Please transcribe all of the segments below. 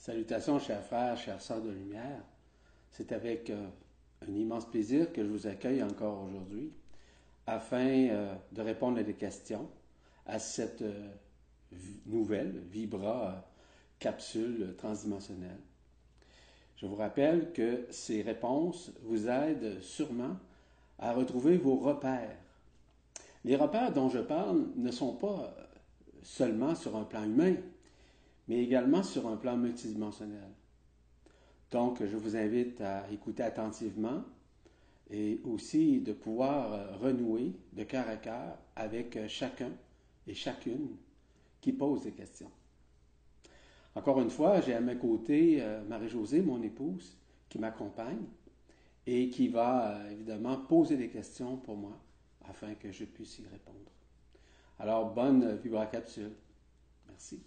Salutations, chers frères, chères sœurs de lumière. C'est avec un immense plaisir que je vous accueille encore aujourd'hui afin de répondre à des questions à cette nouvelle Vibra capsule transdimensionnelle. Je vous rappelle que ces réponses vous aident sûrement à retrouver vos repères. Les repères dont je parle ne sont pas seulement sur un plan humain, mais également sur un plan multidimensionnel. Donc, je vous invite à écouter attentivement et aussi de pouvoir renouer de cœur à cœur avec chacun et chacune qui pose des questions. Encore une fois, j'ai à mes côtés Marie-Josée, mon épouse, qui m'accompagne et qui va évidemment poser des questions pour moi afin que je puisse y répondre. Alors, bonne vibracapsule. Merci.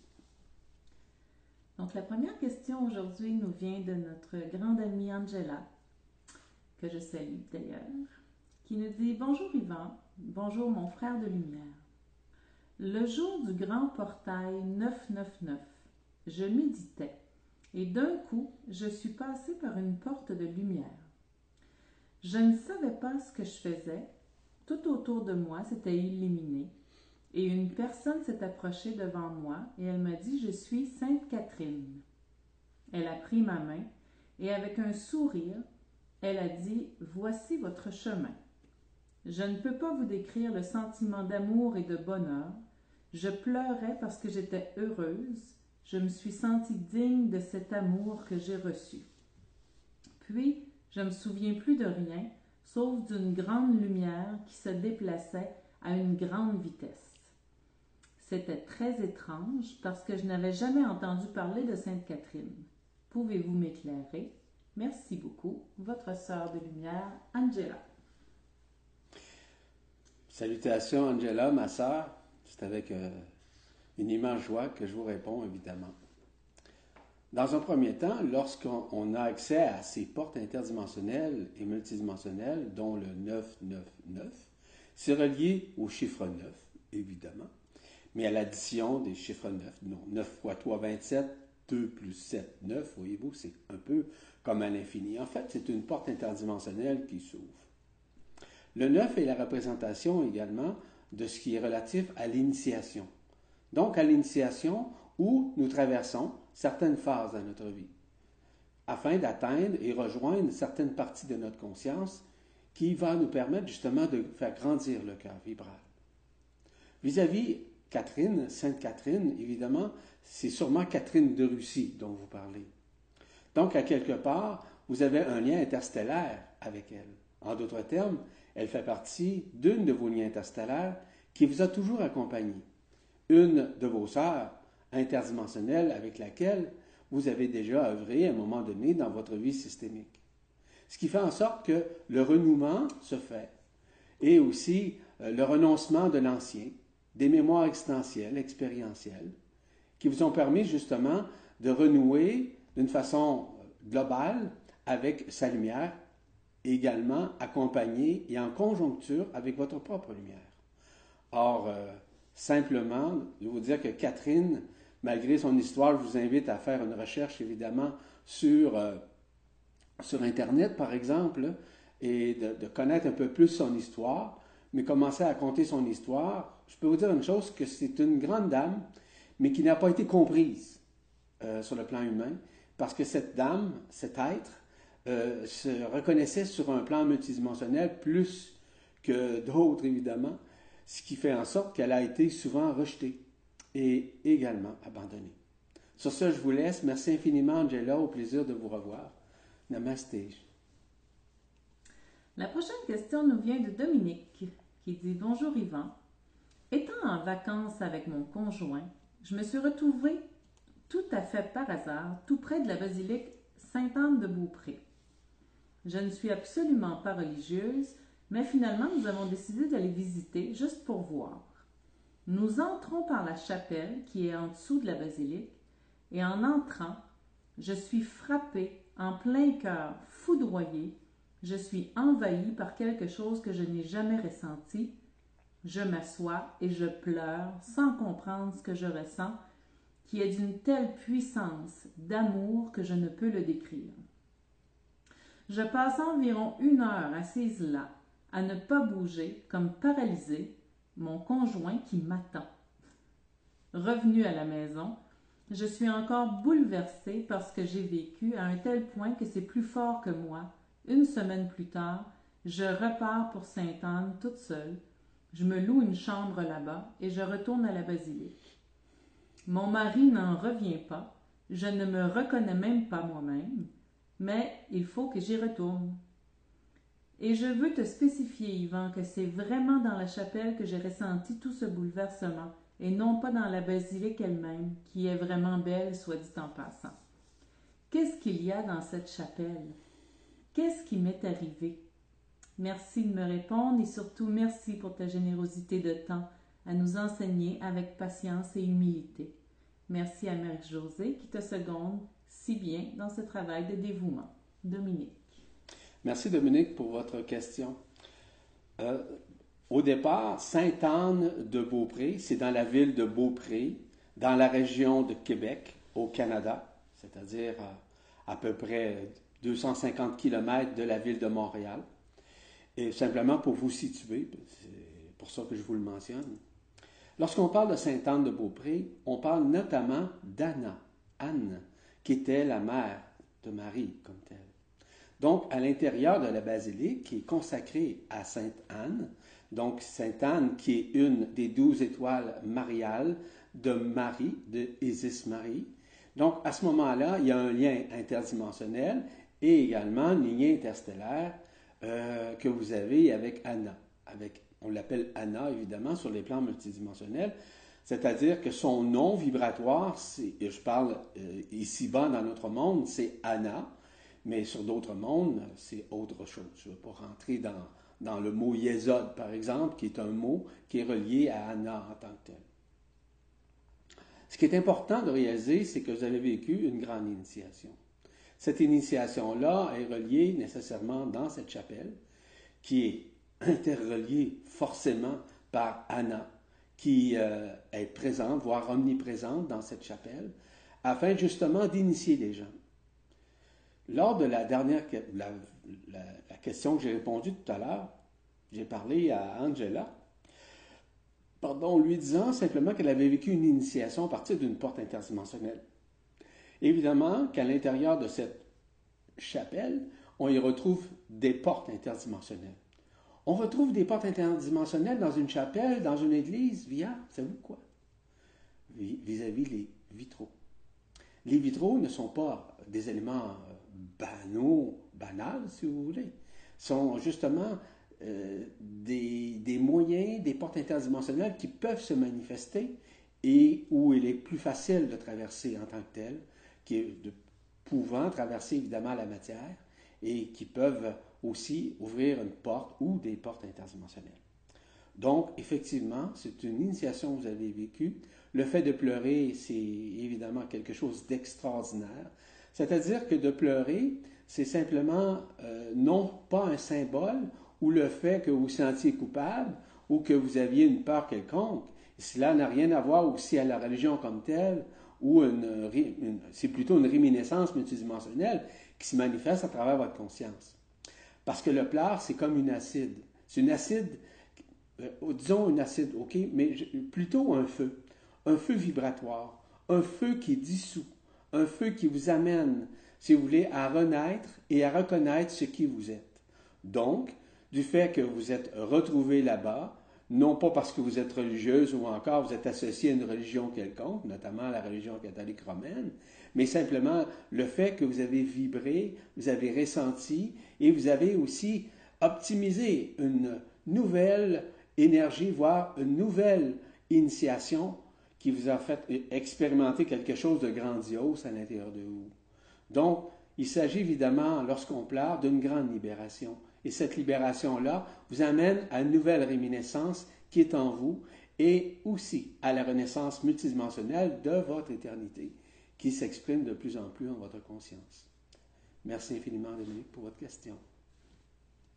Donc, la première question aujourd'hui nous vient de notre grande amie Angela, que je salue d'ailleurs, qui nous dit « Bonjour Yvan, bonjour mon frère de lumière. Le jour du grand portail 999, je méditais et d'un coup, je suis passée par une porte de lumière. Je ne savais pas ce que je faisais. Tout autour de moi s'était illuminé et une personne s'est approchée devant moi et elle m'a dit « Je suis Sainte Catherine ». Elle a pris ma main et avec un sourire, elle a dit « Voici votre chemin ». Je ne peux pas vous décrire le sentiment d'amour et de bonheur. Je pleurais parce que j'étais heureuse. Je me suis sentie digne de cet amour que j'ai reçu. Puis, je ne me souviens plus de rien, sauf d'une grande lumière qui se déplaçait à une grande vitesse. C'était très étrange parce que je n'avais jamais entendu parler de Sainte Catherine. Pouvez-vous m'éclairer? Merci beaucoup. Votre sœur de lumière, Angela. Salutations, Angela, ma sœur. C'est avec une immense joie que je vous réponds, évidemment. Dans un premier temps, lorsqu'on a accès à ces portes interdimensionnelles et multidimensionnelles, dont le 999, c'est relié au chiffre 9, évidemment, mais à l'addition des chiffres 9. Donc 9 fois 3, 27, 2 plus 7, 9, voyez-vous, c'est un peu comme à l'infini. En fait, c'est une porte interdimensionnelle qui s'ouvre. Le 9 est la représentation également de ce qui est relatif à l'initiation. Donc à l'initiation où nous traversons certaines phases dans notre vie, afin d'atteindre et rejoindre certaines parties de notre conscience qui va nous permettre justement de faire grandir le cœur vibral. Vis-à-vis Catherine, Sainte Catherine, évidemment, c'est sûrement Catherine de Russie dont vous parlez. Donc, à quelque part, vous avez un lien interstellaire avec elle. En d'autres termes, elle fait partie d'une de vos liens interstellaires qui vous a toujours accompagné. Une de vos sœurs interdimensionnelle avec laquelle vous avez déjà œuvré à un moment donné dans votre vie systémique. Ce qui fait en sorte que le renouement se fait et aussi le renoncement de l'ancien, des mémoires existentielles, expérientielles, qui vous ont permis justement de renouer d'une façon globale avec sa lumière, et également accompagnée et en conjoncture avec votre propre lumière. Or, simplement, de vous dire que Catherine, malgré son histoire, je vous invite à faire une recherche évidemment sur Internet, par exemple, et de connaître un peu plus son histoire, mais commencer à raconter son histoire. Je peux vous dire une chose, que c'est une grande dame, mais qui n'a pas été comprise sur le plan humain, parce que cette dame, cet être, se reconnaissait sur un plan multidimensionnel plus que d'autres, évidemment, ce qui fait en sorte qu'elle a été souvent rejetée et également abandonnée. Sur ce, je vous laisse. Merci infiniment, Angela. Au plaisir de vous revoir. Namasté. La prochaine question nous vient de Dominique, qui dit « Bonjour Yvan. Étant en vacances avec mon conjoint, je me suis retrouvée tout à fait par hasard, tout près de la basilique Sainte-Anne-de-Beaupré. Je ne suis absolument pas religieuse, mais finalement nous avons décidé d'aller visiter juste pour voir. Nous entrons par la chapelle qui est en dessous de la basilique et en entrant, je suis frappée en plein cœur, foudroyée. Je suis envahie par quelque chose que je n'ai jamais ressenti. Je m'assois et je pleure sans comprendre ce que je ressens, qui est d'une telle puissance d'amour que je ne peux le décrire. Je passe environ 1 heure assise là, à ne pas bouger, comme paralysée, mon conjoint qui m'attend. Revenue à la maison, je suis encore bouleversée par ce que j'ai vécu à un tel point que c'est plus fort que moi. 1 semaine plus tard, je repars pour Sainte-Anne toute seule. Je me loue une chambre là-bas et je retourne à la basilique. Mon mari n'en revient pas. Je ne me reconnais même pas moi-même, mais il faut que j'y retourne. Et je veux te spécifier, Yvan, que c'est vraiment dans la chapelle que j'ai ressenti tout ce bouleversement, et non pas dans la basilique elle-même, qui est vraiment belle, soit dit en passant. Qu'est-ce qu'il y a dans cette chapelle? Qu'est-ce qui m'est arrivé? Merci de me répondre et surtout merci pour ta générosité de temps à nous enseigner avec patience et humilité. Merci à Marie-Josée qui te seconde si bien dans ce travail de dévouement. Dominique. Merci Dominique pour votre question. Au départ, Sainte-Anne de Beaupré, c'est dans la ville de Beaupré, dans la région de Québec, au Canada, c'est-à-dire à peu près 250 km de la ville de Montréal. Et simplement pour vous situer, c'est pour ça que je vous le mentionne. Lorsqu'on parle de Sainte-Anne de Beaupré, on parle notamment d'Anna, Anne, qui était la mère de Marie comme telle. Donc, à l'intérieur de la basilique, qui est consacrée à Sainte-Anne, donc Sainte-Anne qui est une des 12 étoiles mariales de Marie, de Isis-Marie. Donc, à ce moment-là, il y a un lien interdimensionnel et également un lien interstellaire que vous avez avec Anna. On l'appelle Anna, évidemment, sur les plans multidimensionnels, c'est-à-dire que son nom vibratoire, je parle ici-bas dans notre monde, c'est Anna, mais sur d'autres mondes, c'est autre chose. Je ne vais pas rentrer dans le mot Yesod, par exemple, qui est un mot qui est relié à Anna en tant que tel. Ce qui est important de réaliser, c'est que vous avez vécu une grande initiation. Cette initiation-là est reliée nécessairement dans cette chapelle, qui est interreliée forcément par Anna, qui est présente, voire omniprésente dans cette chapelle, afin justement d'initier les gens. Lors de la dernière la question que j'ai répondue tout à l'heure, j'ai parlé à Angela, lui disant simplement qu'elle avait vécu une initiation à partir d'une porte interdimensionnelle. Évidemment qu'à l'intérieur de cette chapelle, on y retrouve des portes interdimensionnelles. On retrouve des portes interdimensionnelles dans une chapelle, dans une église, savez-vous quoi? Vis-à-vis les vitraux. Les vitraux ne sont pas des éléments banals, si vous voulez. Sont justement des moyens, des portes interdimensionnelles qui peuvent se manifester et où il est plus facile de traverser en tant que tel, pouvant traverser évidemment la matière et qui peuvent aussi ouvrir une porte ou des portes interdimensionnelles. Donc, effectivement, c'est une initiation que vous avez vécue. Le fait de pleurer, c'est évidemment quelque chose d'extraordinaire. C'est-à-dire que de pleurer, c'est simplement non pas un symbole ou le fait que vous vous sentiez coupable ou que vous aviez une peur quelconque. Cela n'a rien à voir aussi à la religion comme telle, ou c'est plutôt une réminiscence multidimensionnelle qui se manifeste à travers votre conscience. Parce que le pleur, c'est comme une acide. C'est une acide, disons une acide, ok, mais plutôt un feu vibratoire, un feu qui dissout, un feu qui vous amène, si vous voulez, à renaître et à reconnaître ce qui vous êtes. Donc, du fait que vous êtes retrouvé là-bas, non pas parce que vous êtes religieuse ou encore vous êtes associé à une religion quelconque, notamment la religion catholique romaine, mais simplement le fait que vous avez vibré, vous avez ressenti et vous avez aussi optimisé une nouvelle énergie, voire une nouvelle initiation qui vous a fait expérimenter quelque chose de grandiose à l'intérieur de vous. Donc, il s'agit évidemment, lorsqu'on pleure, d'une grande libération. Et cette libération-là vous amène à une nouvelle réminiscence qui est en vous et aussi à la renaissance multidimensionnelle de votre éternité qui s'exprime de plus en plus en votre conscience. Merci infiniment, Dominique, pour votre question.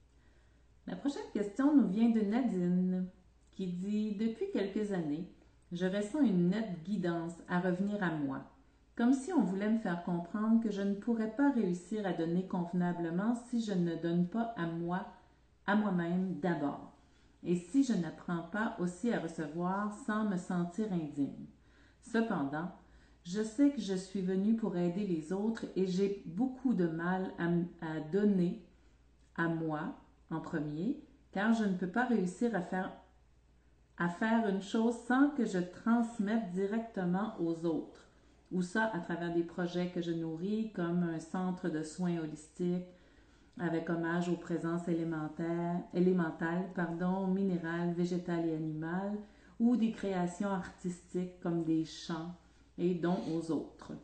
La prochaine question nous vient de Nadine qui dit « Depuis quelques années, Je ressens une nette guidance à revenir à moi, comme si on voulait me faire comprendre que je ne pourrais pas réussir à donner convenablement si je ne donne pas à moi-même d'abord, et si je n'apprends pas aussi à recevoir sans me sentir indigne. Cependant, je sais que je suis venue pour aider les autres et j'ai beaucoup de mal à donner à moi en premier, car je ne peux pas réussir à faire une chose sans que je transmette directement aux autres. Ou ça à travers des projets que je nourris, comme un centre de soins holistiques avec hommage aux présences élémentales, minérales, végétales et animales, ou des créations artistiques comme des chants et dons aux autres.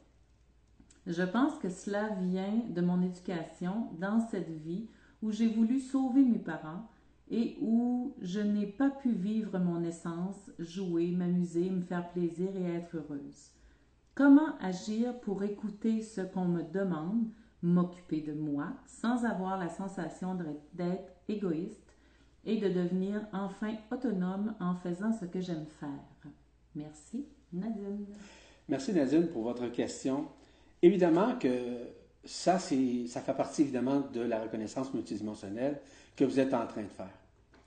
Je pense que cela vient de mon éducation dans cette vie où j'ai voulu sauver mes parents et où je n'ai pas pu vivre mon essence, jouer, m'amuser, me faire plaisir et être heureuse. Comment agir pour écouter ce qu'on me demande, m'occuper de moi, sans avoir la sensation d'être égoïste et de devenir enfin autonome en faisant ce que j'aime faire? Merci, Nadine. Merci Nadine pour votre question. Évidemment que ça fait partie évidemment de la reconnaissance multidimensionnelle que vous êtes en train de faire.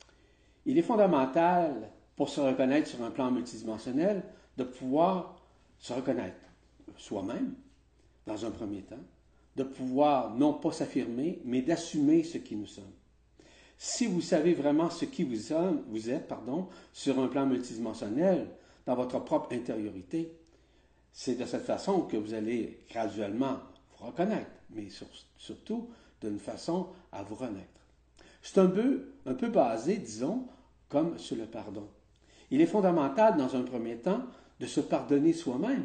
Il est fondamental pour se reconnaître sur un plan multidimensionnel de pouvoir se reconnaître soi-même dans un premier temps, de pouvoir non pas s'affirmer, mais d'assumer ce qui nous sommes. Si vous savez vraiment ce qui vous êtes, sur un plan multidimensionnel, dans votre propre intériorité, c'est de cette façon que vous allez graduellement vous reconnaître, mais surtout d'une façon à vous renaître. C'est un peu basé, disons, comme sur le pardon. Il est fondamental, dans un premier temps, de se pardonner soi-même,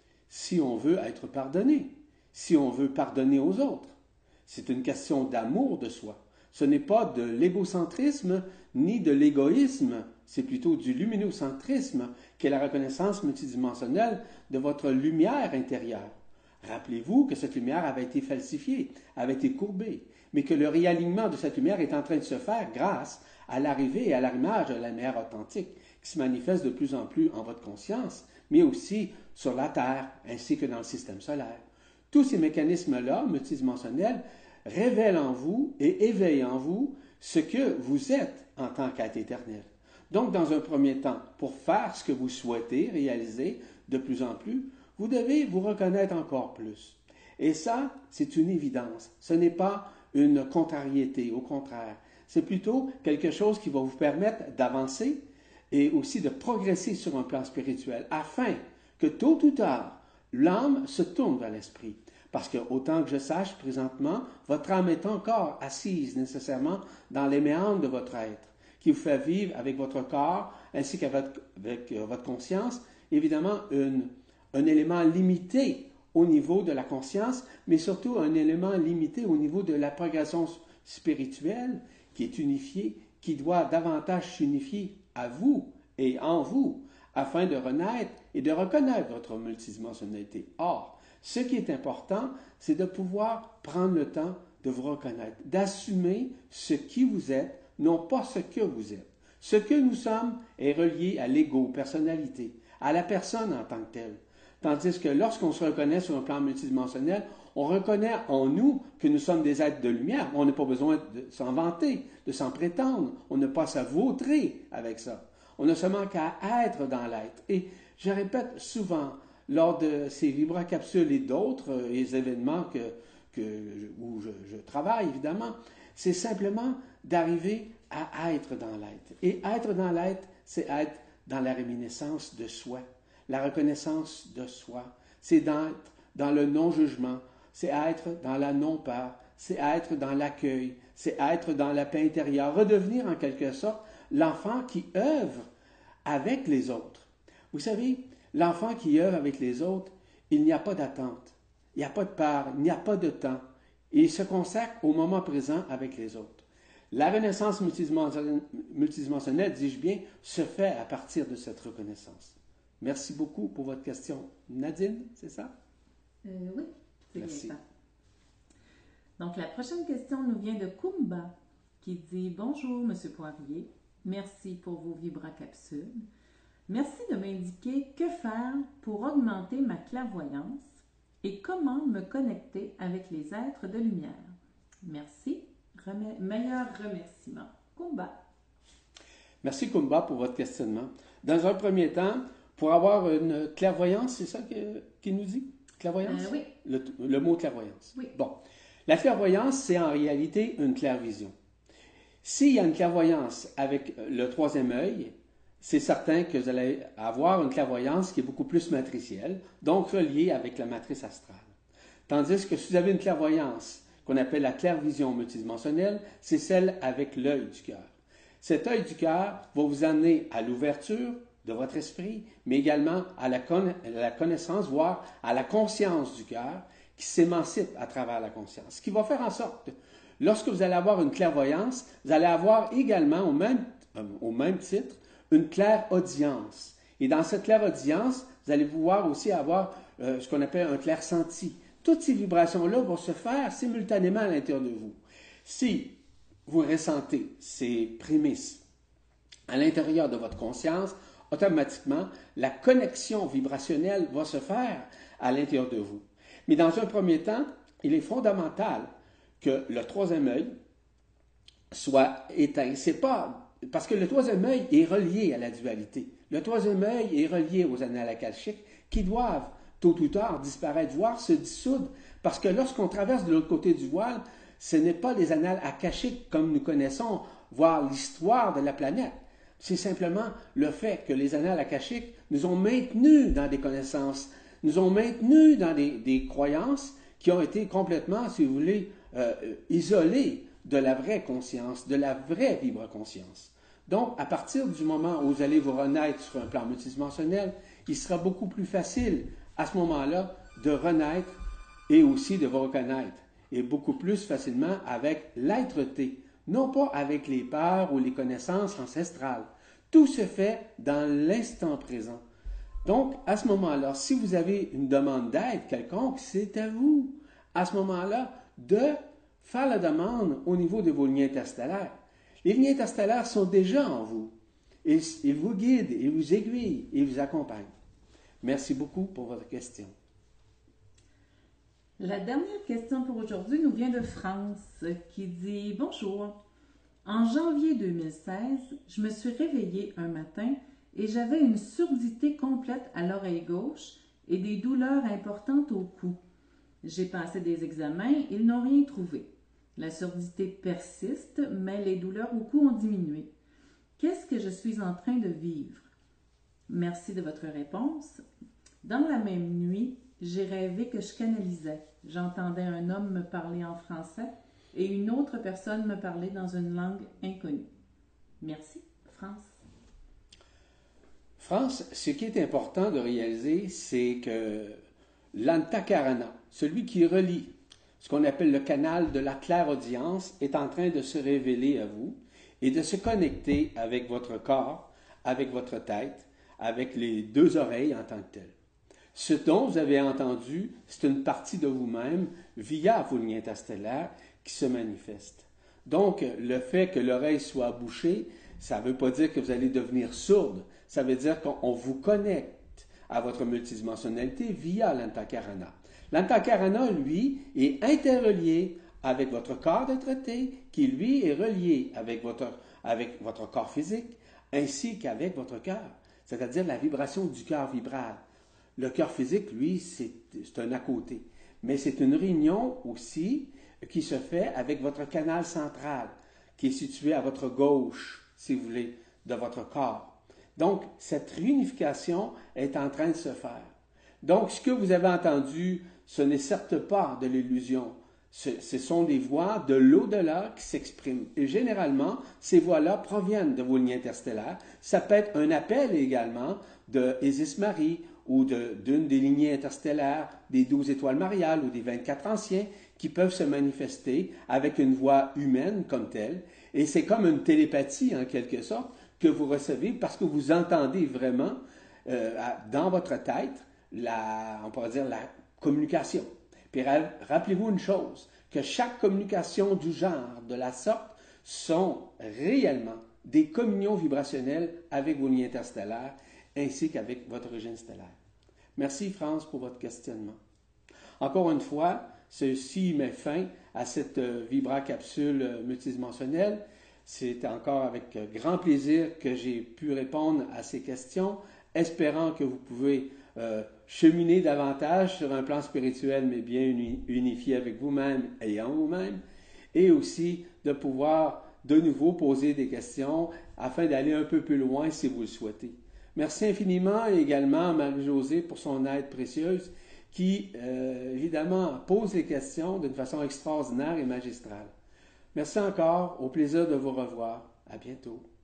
si on veut être pardonné, si on veut pardonner aux autres. C'est une question d'amour de soi. Ce n'est pas de l'égocentrisme ni de l'égoïsme, c'est plutôt du luminocentrisme qui est la reconnaissance multidimensionnelle de votre lumière intérieure. Rappelez-vous que cette lumière avait été falsifiée, avait été courbée, mais que le réalignement de cette lumière est en train de se faire grâce à l'arrivée et à l'arrimage de la lumière authentique qui se manifeste de plus en plus en votre conscience, mais aussi sur la Terre ainsi que dans le système solaire. Tous ces mécanismes-là, multidimensionnels, révèlent en vous et éveillent en vous ce que vous êtes en tant qu'être éternel. Donc, dans un premier temps, pour faire ce que vous souhaitez réaliser de plus en plus, vous devez vous reconnaître encore plus. Et ça, c'est une évidence. Ce n'est pas une contrariété, au contraire. C'est plutôt quelque chose qui va vous permettre d'avancer et aussi de progresser sur un plan spirituel, afin que tôt ou tard, l'âme se tourne vers l'esprit. Parce que, autant que je sache, présentement, votre âme est encore assise nécessairement dans les méandres de votre être, qui vous fait vivre avec votre corps ainsi qu'avec votre conscience, évidemment, un élément limité au niveau de la conscience, mais surtout un élément limité au niveau de la progression spirituelle qui est unifiée, qui doit davantage s'unifier à vous et en vous, afin de renaître et de reconnaître votre multidimensionnalité. Or, ce qui est important, c'est de pouvoir prendre le temps de vous reconnaître, d'assumer ce qui vous êtes, non pas ce que vous êtes. Ce que nous sommes est relié à l'ego, personnalité, à la personne en tant que telle. Tandis que lorsqu'on se reconnaît sur un plan multidimensionnel, on reconnaît en nous que nous sommes des êtres de lumière. On n'a pas besoin de s'en vanter, de s'en prétendre. On n'a pas à se vautrer avec ça. On n'a seulement qu'à être dans l'être. Et je répète souvent, lors de ces vibracapsules et d'autres événements où je travaille, évidemment, c'est simplement d'arriver à être dans l'être. Et être dans l'être, c'est être dans la réminiscence de soi, la reconnaissance de soi. C'est d'être dans le non-jugement, c'est être dans la non-peur, c'est être dans l'accueil, c'est être dans la paix intérieure, redevenir en quelque sorte l'enfant qui œuvre avec les autres. Vous savez, l'enfant qui œuvre avec les autres, il n'y a pas d'attente, il n'y a pas de peur, il n'y a pas de temps. Il se consacre au moment présent avec les autres. La renaissance multidimensionnelle, dis-je bien, se fait à partir de cette reconnaissance. Merci beaucoup pour votre question. Nadine, c'est ça? Oui, c'est bien Merci. ça. Donc, la prochaine question nous vient de Kumba, qui dit « Bonjour, Monsieur Poirier. Merci pour vos vibracapsules. Merci de m'indiquer que faire pour augmenter ma clairvoyance et comment me connecter avec les êtres de lumière. Merci. Meilleur remerciement. Kumba. Merci, Kumba, pour votre questionnement. Dans un premier temps, pour avoir une clairvoyance, c'est ça qu'il nous dit? Clairvoyance? Oui. Le mot clairvoyance. Oui. Bon. La clairvoyance, c'est en réalité une clairvision. S'il y a une clairvoyance avec le troisième œil, c'est certain que vous allez avoir une clairvoyance qui est beaucoup plus matricielle, donc reliée avec la matrice astrale. Tandis que si vous avez une clairvoyance qu'on appelle la clairvision multidimensionnelle, c'est celle avec l'œil du cœur. Cet œil du cœur va vous amener à l'ouverture de votre esprit, mais également à la connaissance, voire à la conscience du cœur qui s'émancipe à travers la conscience. Ce qui va faire en sorte que lorsque vous allez avoir une clairvoyance, vous allez avoir également, au même titre, une clairaudience. Et dans cette clairaudience, vous allez pouvoir aussi avoir ce qu'on appelle un clairsenti. Toutes ces vibrations-là vont se faire simultanément à l'intérieur de vous. Si vous ressentez ces prémices à l'intérieur de votre conscience, automatiquement, la connexion vibrationnelle va se faire à l'intérieur de vous. Mais dans un premier temps, il est fondamental que le troisième œil soit éteint. C'est pas parce que le troisième œil est relié à la dualité. Le troisième œil est relié aux annales akashiques qui doivent, tôt ou tard, disparaître, voire se dissoudre. Parce que lorsqu'on traverse de l'autre côté du voile, ce n'est pas les annales akashiques comme nous connaissons, voire l'histoire de la planète. C'est simplement le fait que les annales akashiques nous ont maintenus dans des connaissances, nous ont maintenus dans des croyances qui ont été complètement, si vous voulez, isolées de la vraie conscience, de la vraie vibre-conscience. Donc, à partir du moment où vous allez vous renaître sur un plan multidimensionnel, il sera beaucoup plus facile à ce moment-là de renaître et aussi de vous reconnaître, et beaucoup plus facilement avec l'être-té, non pas avec les peurs ou les connaissances ancestrales. Tout se fait dans l'instant présent. Donc, à ce moment-là, si vous avez une demande d'aide quelconque, c'est à vous, à ce moment-là, de faire la demande au niveau de vos lignes interstellaires. Les lignes interstellaires sont déjà en vous. Ils vous guident, ils vous aiguillent, ils vous accompagnent. Merci beaucoup pour votre question. La dernière question pour aujourd'hui nous vient de France qui dit « Bonjour. En janvier 2016, je me suis réveillée un matin et j'avais une surdité complète à l'oreille gauche et des douleurs importantes au cou. J'ai passé des examens, ils n'ont rien trouvé. La surdité persiste, mais les douleurs au cou ont diminué. Qu'est-ce que je suis en train de vivre? Merci de votre réponse. Dans la même nuit, j'ai rêvé que je canalisais. J'entendais un homme me parler en français et une autre personne me parler dans une langue inconnue. Merci, France. France, ce qui est important de réaliser, c'est que l'antakarana, celui qui relie ce qu'on appelle le canal de la clairaudience, est en train de se révéler à vous et de se connecter avec votre corps, avec votre tête, avec les deux oreilles en tant que telles. Ce dont vous avez entendu, c'est une partie de vous-même via vos lignes interstellaires qui se manifeste. Donc, le fait que l'oreille soit bouchée, ça ne veut pas dire que vous allez devenir sourde. Ça veut dire qu'on vous connecte à votre multidimensionnalité via l'antakarana. L'antakarana, lui, est interrelié avec votre corps d'être-té, qui, lui, est relié avec votre corps physique, ainsi qu'avec votre cœur, c'est-à-dire la vibration du cœur vibral. Le cœur physique, lui, c'est un à côté. Mais c'est une réunion aussi qui se fait avec votre canal central, qui est situé à votre gauche, si vous voulez, de votre corps. Donc, cette réunification est en train de se faire. Donc, ce que vous avez entendu, ce n'est certes pas de l'illusion. Ce sont des voix de l'au-delà qui s'expriment. Et généralement, ces voix-là proviennent de vos lignes interstellaires. Ça peut être un appel également de Isis Marie ou d'une des lignées interstellaires des 12 étoiles mariales ou des 24 anciens qui peuvent se manifester avec une voix humaine comme telle. Et c'est comme une télépathie, en quelque sorte, que vous recevez parce que vous entendez vraiment dans votre tête on pourrait dire la communication. Puis rappelez-vous une chose, que chaque communication du genre, de la sorte, sont réellement des communions vibrationnelles avec vos lignes interstellaires ainsi qu'avec votre origine stellaire. Merci, France, pour votre questionnement. Encore une fois, ceci met fin à cette vibra-capsule multidimensionnelle. C'est encore avec grand plaisir que j'ai pu répondre à ces questions, espérant que vous pouvez cheminer davantage sur un plan spirituel, mais bien unifié avec vous-même et en vous-même, et aussi de pouvoir de nouveau poser des questions afin d'aller un peu plus loin si vous le souhaitez. Merci infiniment également à Marie-Josée pour son aide précieuse qui, évidemment, pose les questions d'une façon extraordinaire et magistrale. Merci encore, au plaisir de vous revoir. À bientôt.